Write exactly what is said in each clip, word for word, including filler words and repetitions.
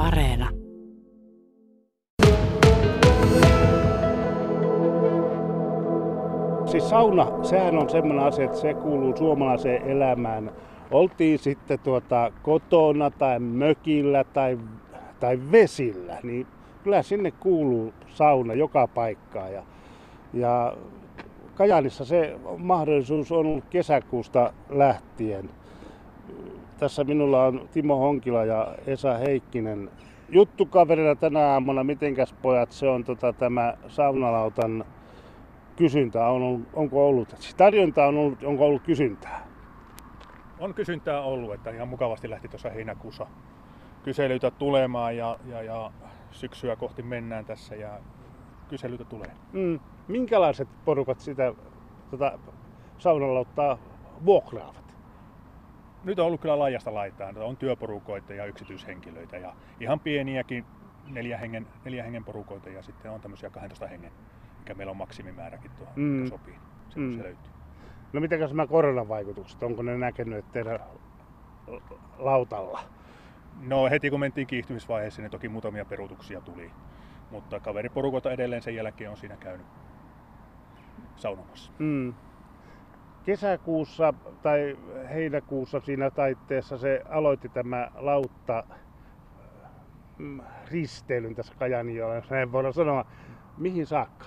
Areena. Siis sauna, sehän on semmoinen asia, että se kuuluu suomalaiseen elämään. Oltiin sitten tuota kotona tai mökillä tai, tai vesillä, niin kyllä sinne kuuluu sauna joka paikkaan. Ja, ja Kajaanissa se mahdollisuus on ollut kesäkuusta lähtien. Tässä minulla on Timo Honkila ja Esa Heikkinen juttukaverina tänä aamuna. Mitenkäs pojat, se on tota, tämä saunalautan kysyntä on ollut, onko ollut, siis tarjonta on ollut, onko ollut kysyntää? On kysyntää ollut, että ihan mukavasti lähti tuossa heinäkuussa kyselyitä tulemaan ja, ja, ja syksyä kohti mennään tässä ja kyselyitä tulee. Mm. Minkälaiset porukat sitä tota, saunalauttaa vuokraavat? Nyt on ollut kyllä laajasta laitaan. On työporukoita ja yksityishenkilöitä ja ihan pieniäkin neljän hengen, neljän hengen porukoita ja sitten on tämmöisiä kahdentoista hengen, mikä meillä on maksimimääräkin tuohon, mm. mikä sopii. Se, mm. se löytyy. No mitäkäs nämä koronavaikutukset, onko ne näkynyt teidän lautalla? No heti kun mentiin kiihtymisvaiheeseen, niin toki muutamia peruutuksia tuli, mutta kaveriporukoita edelleen sen jälkeen on siinä käynyt saunomassa. Mm. Kesäkuussa tai heinäkuussa siinä taitteessa se aloitti tämä lautta mm, risteilyn tässä Kajaaniolla, jos näin voidaan sanoa. Mihin saakka?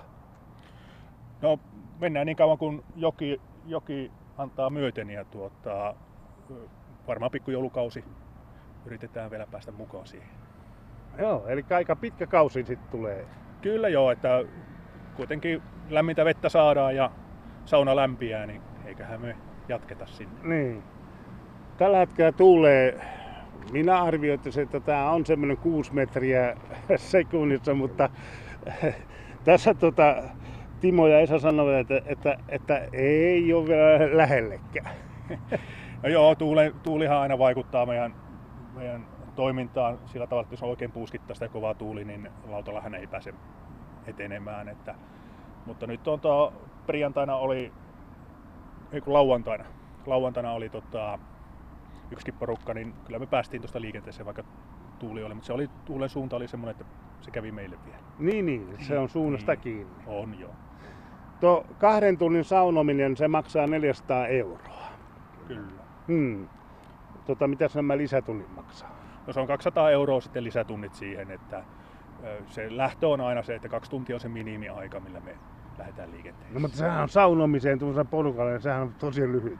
No mennään niin kauan kun joki, joki antaa myöten ja tuota, varmaan pikkujoulukausi yritetään vielä päästä mukaan siihen. Joo, eli aika pitkä kausi sitten tulee. Kyllä joo, että kuitenkin lämmintä vettä saadaan ja sauna lämpiää, niin eiköhän me jatketa sinne. Niin. Tällä hetkellä tuulee, minä arvioittaisin, että tämä on semmoinen kuusi metriä sekunnissa, mutta tässä tota, Timo ja Esa sanoivat, että, että, että ei ole vielä lähellekään. No joo, tuuli, tuulihan aina vaikuttaa meidän, meidän toimintaan sillä tavalla, että jos on oikein puuskittaa sitä kovaa tuuli, niin lautallahan ei pääse etenemään. Että, mutta nyt on tuo, perjantaina oli, ei kun lauantaina, lauantaina oli tota, yksikin porukka, niin kyllä me päästiin tuosta liikenteeseen, vaikka tuuli oli, mutta se oli, tuulen suunta oli semmoinen, että se kävi meille vielä. Niin, niin se on suunnasta niin, kiinni. On joo. Tuo kahden tunnin saunominen, se maksaa neljäsataa euroa. Kyllä. Hmm. Tota, mitäs nämä lisätunnit maksaa? No se on kaksisataa euroa sitten lisätunnit siihen, että se lähtö on aina se, että kaksi tuntia on se minimiaika, millä me lähdetään liikenteeseen. No mutta sehän on saunomiseen tuollaisella porukalle, niin sehän on tosi lyhyt.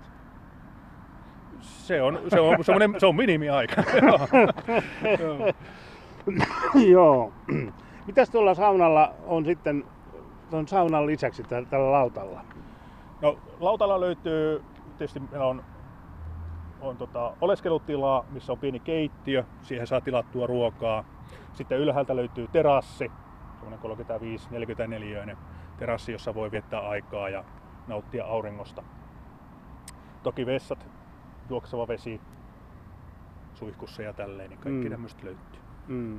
Se on, se on, se on minimiaika. Joo. Mitäs tuolla saunalla on sitten tuon saunan lisäksi tällä lautalla? No lautalla löytyy, tietysti meillä on, on tota, oleskelutila, missä on pieni keittiö, siihen saa tilattua ruokaa. Sitten ylhäältä löytyy terassi, semmoinen kolmekymmentäviisi neljäkymmentäneljä terassi, jossa voi viettää aikaa ja nauttia auringosta. Toki vessat, juokseva vesi, suihkussa ja tälleen, niin kaikki mm. tämmöistä löytyy. Mm.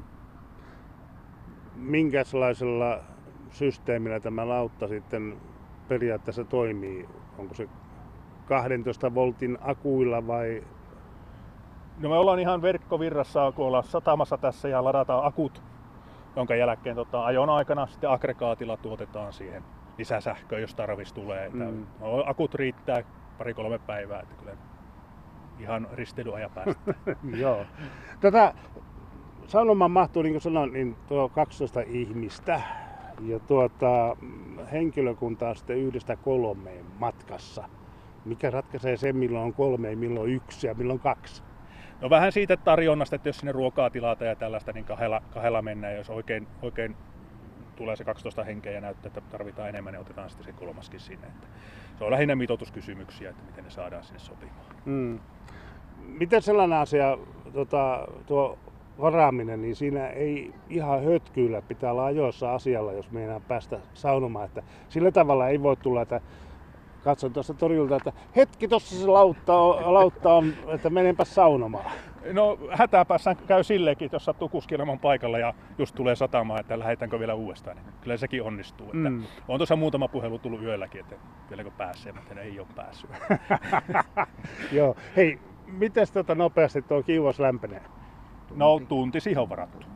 Minkälaisella systeemillä tämä lautta sitten periaatteessa toimii? Onko se kahdentoista voltin akuilla vai? No me ollaan ihan verkkovirrassa, kun ollaan satamassa tässä ja ladataan akut, jonka jälkeen tota, ajon aikana sitten aggregaatilla tuotetaan siihen lisäsähköä, jos tarvis tulee. Mm. No, akut riittää pari-kolme päivää, että kyllä ihan risteilyajan päästä. Joo. Tätä saunomaan mahtuu, niin kuin sanoin, niin tuo kaksitoista ihmistä ja tuota, henkilökunta on sitten yhdestä kolmeen matkassa. Mikä ratkaisee sen, milloin on kolme, milloin yksi ja milloin kaksi? No vähän siitä tarjonnasta, että jos sinne ruokaa tilata ja tällaista, niin kahdella, kahdella mennään. Ja jos oikein, oikein tulee se kaksitoista henkeä ja näyttää, että tarvitaan enemmän, niin otetaan sitten se kolmaskin sinne. Että se on lähinnä mitoituskysymyksiä, että miten ne saadaan sinne sopimaan. Mm. Miten sellainen asia, tota, tuo varaaminen, niin siinä ei ihan hötkyillä, pitää olla ajoissa asialla, jos meinaa päästä saunomaan. Että sillä tavalla ei voi tulla, että katson tuosta torilta, että hetki tuossa se lautta on, lautta on että menenpä saunomaan. No hätäpäässään käy silleenkin, jos sattuu kuskelemaan paikalla ja just tulee satamaan, että lähdetäänkö vielä uudestaan. Niin kyllä sekin onnistuu. Että mm. On tuossa muutama puhelu tullut yölläkin, että vieläkö pääsee, mutta ei ole päässyt. Joo. Hei, mites tota nopeasti tuo kiuas lämpenee? No tunti siihen on varattu.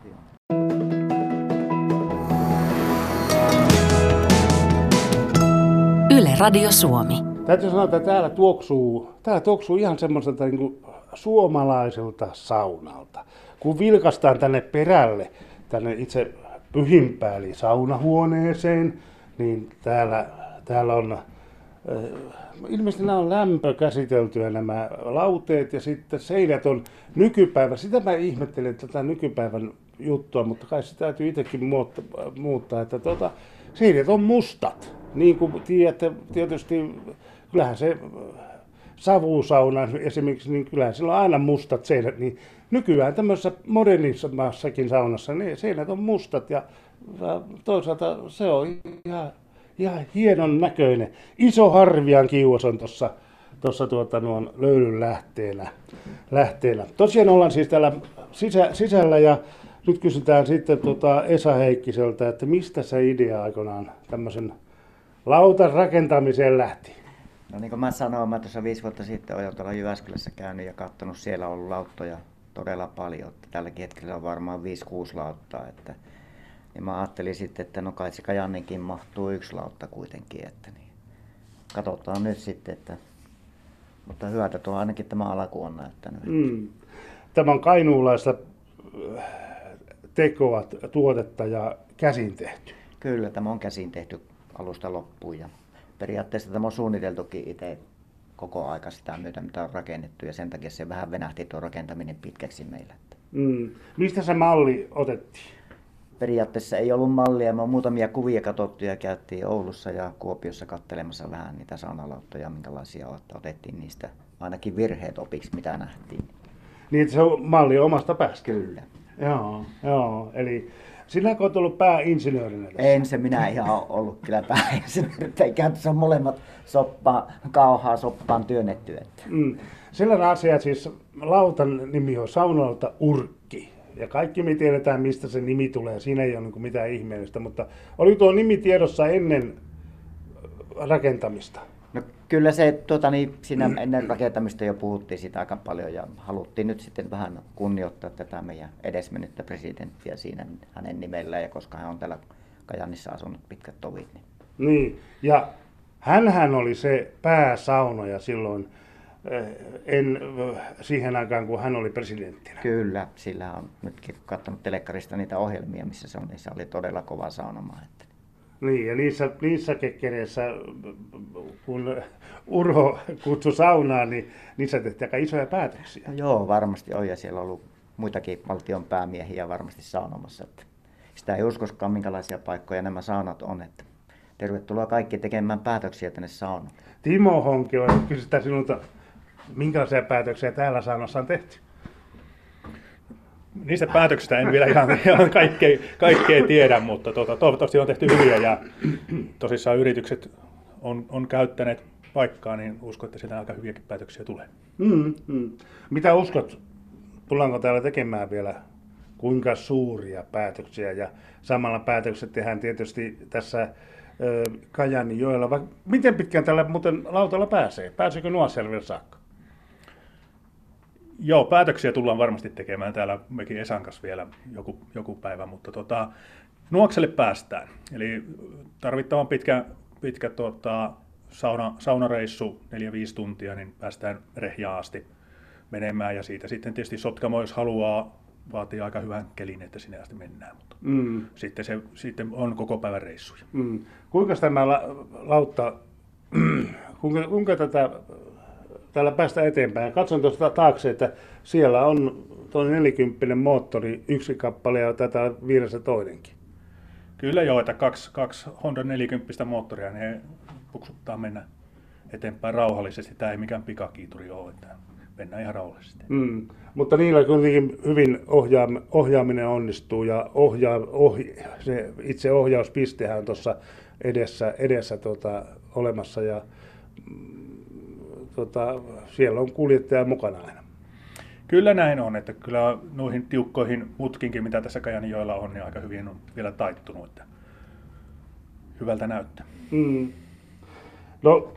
Yle Radio Suomi. Täytyy sanoa, että täällä tuoksuu, täällä tuoksuu ihan semmoiselta niin kuin suomalaiselta saunalta. Kun vilkaistaan tänne perälle, tänne itse pyhimpään eli saunahuoneeseen, niin täällä, täällä on, äh, ilmeisesti nämä on lämpökäsiteltyä nämä lauteet ja sitten seinät on nykypäivä. Sitä mä ihmettelen tätä nykypäivän juttua, mutta kai se täytyy itsekin muuttaa, että tuota, seinät on mustat. Niin kuin tiedätte, tietysti kyllähän se savusauna esimerkiksi, niin kyllähän sillä on aina mustat seinät, niin nykyään tämmöisessä modernismassakin saunassa ne seinät on mustat ja toisaalta se on ihan, ihan hienon näköinen. Iso harvian kiuas on tuossa tuossa tuota nuon löylyn lähteenä, lähteenä. Tosiaan ollaan siis täällä sisä, sisällä ja nyt kysytään sitten tuota Esa Heikkiseltä, että mistä se idea aikoinaan tämmöisen lautan rakentamiseen lähti? No niin kuin mä sanoin, mä tuossa viisi vuotta sitten olen jo tuolla Jyväskylässä käynyt ja katsonut, siellä on ollut lauttoja todella paljon. Että tälläkin hetkellä on varmaan viisi kuusi lauttaa. Että, niin mä ajattelin sitten, että no kai se Kajaaniinkin mahtuu yksi lautta kuitenkin. Että niin, katsotaan nyt sitten, että, mutta hyvältä tuo ainakin tämä alku on näyttänyt. Mm. Tämä on kainuulaista tekoa, tuotetta ja käsin tehty. Kyllä, tämä on käsin tehty alusta loppuun ja periaatteessa tämä on suunniteltukin itse koko aika sitä myötä, mitä on rakennettu ja sen takia se vähän venähti tuo rakentaminen pitkäksi meillä. Mm. Mistä se malli otettiin? Periaatteessa ei ollut mallia, me on muutamia kuvia katsottu ja käytiin Oulussa ja Kuopiossa katselemassa vähän niitä saunalauttoja, minkälaisia on, että otettiin niistä ainakin virheet opiksi, mitä nähtiin. Niin, että se on malli omasta päästä? Kyllä. Joo, joo. Eli sinäkö olet ollut pääinsinöörinä tässä? En se minä ihan ole ollut kyllä pääinsinööri, eikä se on molemmat soppaa, kauhaa soppaan työnnetty. Että. Mm. Sellainen asia, siis lautan nimi on saunalta Urkki. Ja kaikki me tiedetään, mistä se nimi tulee. Siinä ei ole niin kuin mitään ihmeellistä, mutta oli tuo nimi tiedossa ennen rakentamista? No kyllä se tuota, niin, siinä ennen rakentamista jo puhuttiin siitä aika paljon ja haluttiin nyt sitten vähän kunnioittaa tätä meidän edesmennyttä presidenttiä siinä hänen nimellään ja koska hän on täällä Kajaanissa asunut pitkät tovit. Niin, niin. Ja hänhän oli se pääsaunoja silloin en, siihen aikaan, kun hän oli presidenttinä. Kyllä, sillä on nytkin katsonut telekkarista niitä ohjelmia, missä se on, niin se oli todella kova saunoma. Että. Niin, ja niissä, niissä kekkereissä, kun Urho kutsui saunaan, niin niissä tehtiin aika isoja päätöksiä. No joo, varmasti on, ja siellä on ollut muitakin valtion päämiehiä varmasti saunomassa. Että sitä ei uskoskaan, minkälaisia paikkoja nämä saunat on. Että tervetuloa kaikki tekemään päätöksiä tänne saunaan. Timo Honkila, kysytään sinulta, minkälaisia päätöksiä täällä saunassa on tehty? Niistä päätöksistä en vielä ihan, ihan kaikkea, kaikkea tiedä, mutta tuota, toivottavasti on tehty hyviä ja tosissaan yritykset on, on käyttäneet paikkaa, niin uskon, että sieltä aika hyviäkin päätöksiä tulee. Mm, mm. Mitä uskot, tullaanko täällä tekemään vielä kuinka suuria päätöksiä ja samalla päätökset tehdään tietysti tässä Kajaanijoella, vai miten pitkään tällä muuten lautalla pääsee? Pääseekö Nuasjärvelle saakka? Joo, päätöksiä tullaan varmasti tekemään täällä mekin Esan kanssa vielä joku, joku päivä, mutta tota, Nuokselle päästään. Eli tarvittavan pitkä, pitkä tota, sauna, saunareissu, neljä viisi tuntia, niin päästään Rehjaan asti menemään. Ja siitä sitten tietysti Sotkamo, jos haluaa, vaatii aika hyvän kelin, että sinne asti mennään. Mutta mm. sitten, se, sitten on koko päivän reissuja. Mm. Kuinka tämä la, lautta, kuinka, kuinka tätä... Täällä päästä eteenpäin. Katson tuosta taakse, että siellä on tuo nelikymppinen moottori, yksi kappale ja tätä vieressä toinenkin. Kyllä joo, että kaksi, kaksi Honda nelikymppistä moottoria, ne puksuttaa mennä eteenpäin rauhallisesti. Tämä ei mikään pikakiituri ole, että mennään ihan rauhallisesti. Mm. Mutta niillä kuitenkin hyvin ohjaam- ohjaaminen onnistuu ja ohjaa, ohja- se itse ohjauspistehän on tuossa edessä, edessä tuota, olemassa ja Tota, siellä on kuljettaja mukana aina. Kyllä näin on, että kyllä noihin tiukkoihin mutkinkin, mitä tässä Kajaanijoella on, niin aika hyvin on vielä taittunut, että hyvältä näyttää. Mm. No,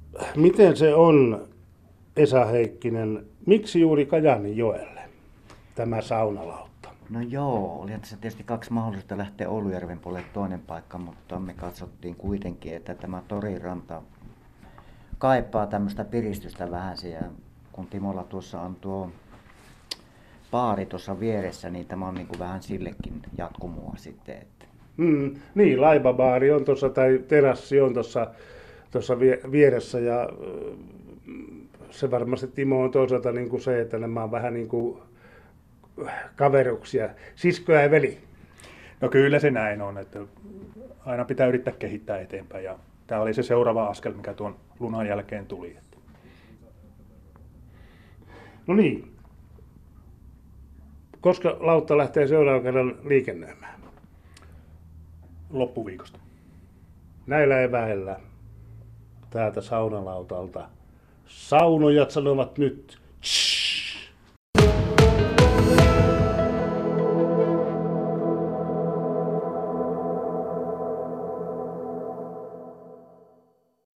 miten se on, Esa Heikkinen, miksi juuri Kajaanijoelle? tämä saunalautta? No joo, oli tässä tietysti kaksi mahdollisuutta lähteä Oulujärven puolelle toinen paikka, mutta me katsottiin kuitenkin, että tämä Toriranta kaipaa tämmöistä piristystä vähän ja kun Timolla tuossa on tuo baari tuossa vieressä, niin tämä on niin kuin vähän sillekin jatkumoa sitten. Että. Mm, niin, laivabaari on tuossa tai terassi on tuossa tuossa vieressä ja se varmasti Timo on toisaalta niin kuin se, että nämä on vähän niin kuin kaveruksia, sisko ja veli. No kyllä se näin on, että aina pitää yrittää kehittää eteenpäin ja tämä oli se seuraava askel, mikä tuon Lunan jälkeen tuli. No niin. Koska lautta lähtee seuraavan kerran liikennöimään? Loppuviikosta. Näillä eväillä täältä saunalautalta saunojat sanovat nyt tss.